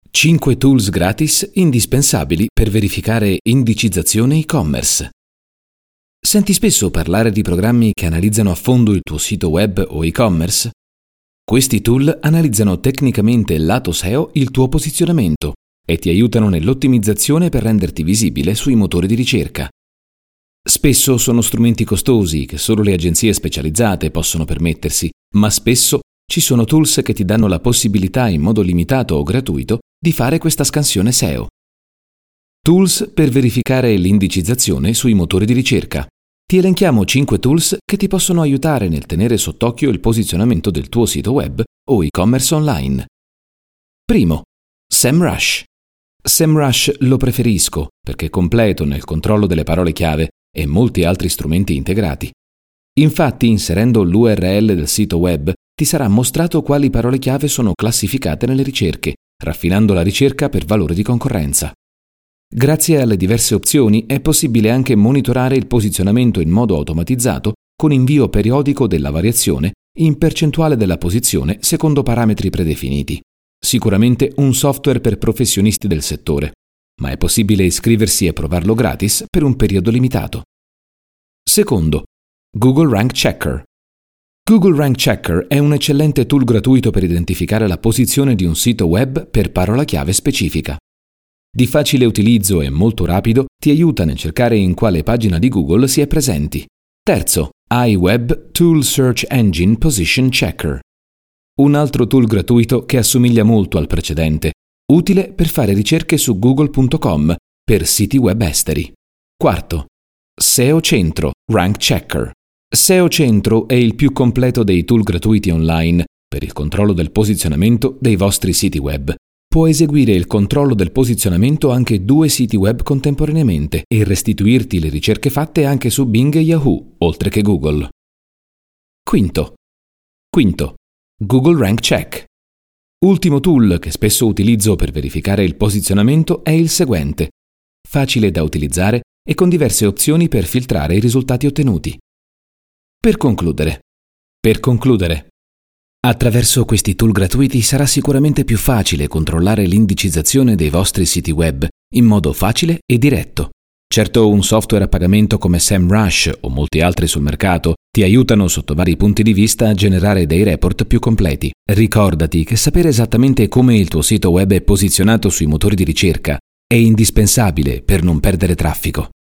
5 tools gratis indispensabili per verificare indicizzazione e-commerce. Senti spesso parlare di programmi che analizzano a fondo il tuo sito web o e-commerce? Questi tool analizzano tecnicamente lato SEO il tuo posizionamento e ti aiutano nell'ottimizzazione per renderti visibile sui motori di ricerca. Spesso sono strumenti costosi che solo le agenzie specializzate possono permettersi, ma spesso ci sono tools che ti danno la possibilità in modo limitato o gratuito di fare questa scansione SEO. Tools per verificare l'indicizzazione sui motori di ricerca. Ti elenchiamo 5 tools che ti possono aiutare nel tenere sott'occhio il posizionamento del tuo sito web o e-commerce online. Primo, SEMrush. SEMrush lo preferisco perché è completo nel controllo delle parole chiave e molti altri strumenti integrati. Infatti, inserendo l'URL del sito web, ti sarà mostrato quali parole chiave sono classificate nelle ricerche, raffinando la ricerca per valore di concorrenza. Grazie alle diverse opzioni è possibile anche monitorare il posizionamento in modo automatizzato con invio periodico della variazione in percentuale della posizione secondo parametri predefiniti. Sicuramente un software per professionisti del settore, ma è possibile iscriversi e provarlo gratis per un periodo limitato. Secondo, Google Rank Checker. Google Rank Checker è un eccellente tool gratuito per identificare la posizione di un sito web per parola chiave specifica. Di facile utilizzo e molto rapido, ti aiuta nel cercare in quale pagina di Google si è presenti. Terzo, iWeb Tool Search Engine Position Checker. Un altro tool gratuito che assomiglia molto al precedente, utile per fare ricerche su google.com per siti web esteri. Quarto, SEO Centro Rank Checker. SEO Centro è il più completo dei tool gratuiti online per il controllo del posizionamento dei vostri siti web. Può eseguire il controllo del posizionamento anche 2 siti web contemporaneamente e restituirti le ricerche fatte anche su Bing e Yahoo, oltre che Google. Quinto, Google Rank Check. Ultimo tool che spesso utilizzo per verificare il posizionamento è il seguente. Facile da utilizzare e con diverse opzioni per filtrare i risultati ottenuti. Per concludere, attraverso questi tool gratuiti sarà sicuramente più facile controllare l'indicizzazione dei vostri siti web in modo facile e diretto. Certo, un software a pagamento come SEMrush o molti altri sul mercato ti aiutano sotto vari punti di vista a generare dei report più completi. Ricordati che sapere esattamente come il tuo sito web è posizionato sui motori di ricerca è indispensabile per non perdere traffico.